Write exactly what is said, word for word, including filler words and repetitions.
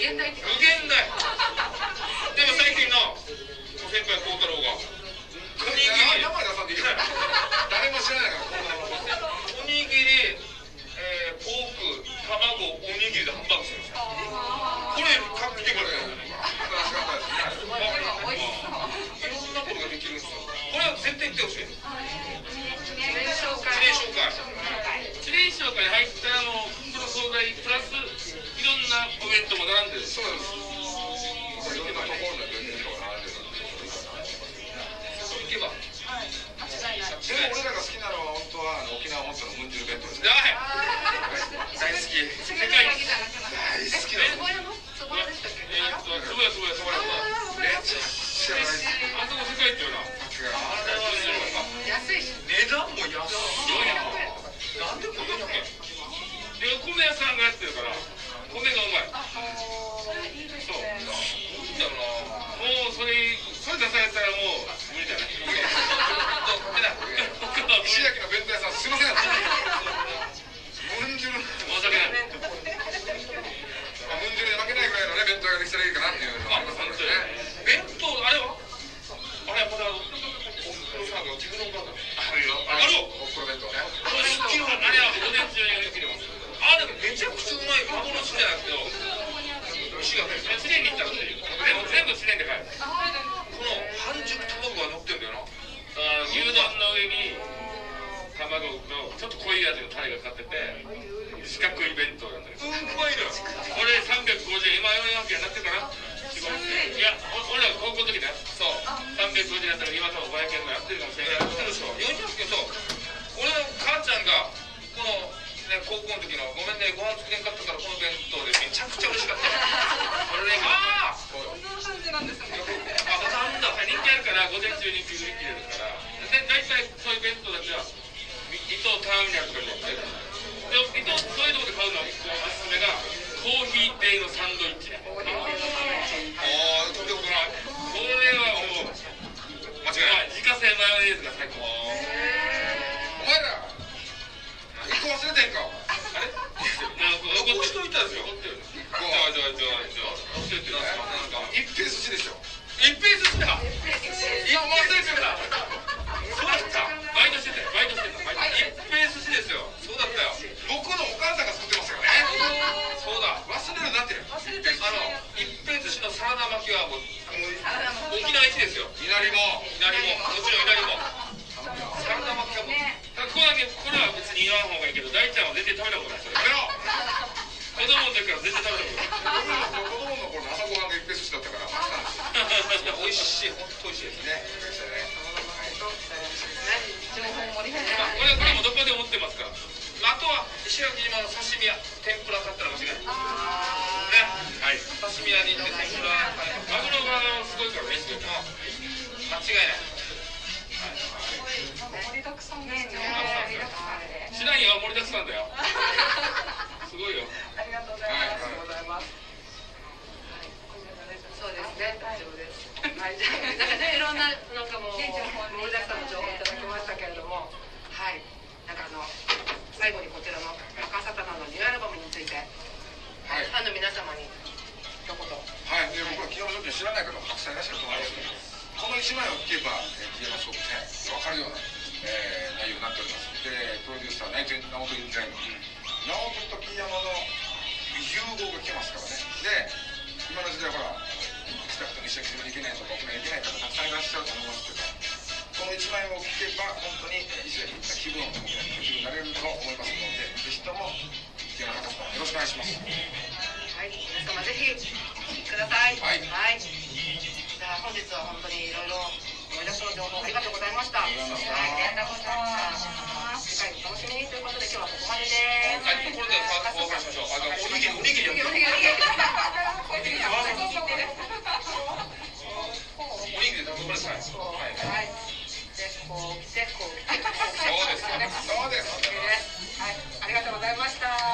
限大って無限大。でも最近の先輩孝太郎がおにぎり、 名前出さんでいいから誰も知らないから。 おにぎり、えー、ポーク、卵、おにぎりでハンバーグしてるんですよ。これ画期的だよ。 すごい美味しそう。 いろんなことができるんですよ。これは絶対言ってほしい。 記念紹介。 記念紹介。記念紹介に入ったあのその惣菜プラスいろんなお弁当も並んでる。 そうです。いろんなところで弁当が並んでるんで、 そこ行けば。 でも俺らが好きなのは本当はあの沖縄本島のムンジュル弁当ですね。 大好き。世界大好きなの。そこでしたっけ？ えーっと、そこやそこやそこや。 めっちゃ知らない。 あそこ世界っていうな。 あれは安いし。 値段も安い。よんひゃくえん。なんでこんなに安い？で、お米屋さんがやってるから、米がうまい。 それいいですね。 だからもうそれそれ出されたらもう無理だね。 石焼の弁当屋さんすいません。ムンジュル。 申し訳ない。 ムンジュルで負けないぐらいのね弁当ができたらいいかなっていうのがありますね。 弁当あれは？あれやっぱりおふくろさんが自分のお母さん。あるよ。ある。 おふくろ弁当ね。 これ好きなあれは午前中にできてます。あでもめちゃくちゃうまい幻じゃなくて石垣一年に行ったら全部全部一年で買える。この半熟卵が乗ってるんだよな。牛丼の上に卵のちょっと濃い味のタレがかかってて四角い弁当なんだけどうまいのよ。これさんびゃくごじゅうえん、今よんひゃくえんになってるかな。いや俺ら高校の時だよ。そうさんびゃくごじゅうえんだったら今多分ごひゃくえんぐらいやってるかもしれない。やってるでしょ。よんひゃくえん。そう俺の母ちゃんがこのね、高校の時のごめんねご飯作れんかったからこの弁当でめちゃくちゃ美味しかったこれねああこんな感じなんですね。 あなんだ人気あるから午前中に売り切れるからで大体そういう弁当たちは伊東ターミナルとかに持ってるで伊東そういうとこで買うのおすすめがコーヒー亭のサンドイッチね。ああ食べたことない。これはもう間違いない。自家製マヨネーズが最高。 お前ら一個忘れてんか。 あれ？残しといたんですよ。じゃあじゃあじゃあじゃあ忘れてる。なんか一平寿司でしょ。 一平寿司だ。いや忘れてた。そうだった。バイトしてたよ。バイトしてた。バイト。一平寿司ですよ。そうだったよ。 僕のお母さんが作ってますよね。 そうだ。 忘れるなって。 あの一平寿司のサラダ巻きはもう沖縄一ですよ。 稲荷も稲荷ももちろん稲荷も。サラダ巻きはもう。これだけこれは別に言わん方がいいけど大ちゃんは全然食べたことないですよ。 やめろ。 子供の時から全然食べたことない。 子供の頃の朝ごはんが一平寿司だったから美味しい、本当美味しいですね。 情報盛りだね。 これこれもどこで持ってますから。あとは石垣島の刺身屋、天ぷら買ったら間違いない。ね、はい。刺身屋に行って天ぷら、マグロがすごいからね、すごい。間違いない。 盛りだくさんですね。 知らんよ、盛りだくさんだよ。すごいよ。 ありがとうございます。そうですね、大丈夫です。はい、じゃあ、なんかね、いろんな、なんかもう、盛りだくさんの情報いただきましたけれども。はい、なんかあの、最後にこちらの赤サタナのニューアルバムについて。はい、ファンの皆様に。一言。 はい、で、僕は木山商店知らない方もたくさんいらっしゃると思いますけど。この一枚を聞けば、木山商店、わかるような、えー、内容になっております。で、プロデューサー、内藤直人デザインの。直人と木山の融合が来てますからね。で、今の時代ほら、スタッフと一緒に住みに行けないとか、僕に行けない方たくさんいらっしゃると思いますけど、この一枚を聞けば、本当に石垣に行った気分を気分になれると思いますので、ぜひとも、木山方さん、よろしくお願いします。 はい、皆様ぜひ、お聞きください。はい。はい。じゃあ、本日は本当にいろいろ、盛りだくさんの情報ありがとうございました。はい、ありがとうございました。次回お楽しみにということで、今日はここまでです。 はい、これでお別れしましょう。あ、おにぎり、おにぎりやってる。おにぎり。おにぎりで食べてください。はい。 で、こう来て、こう来て。 そうです。そうです。 はい、ありがとうございました。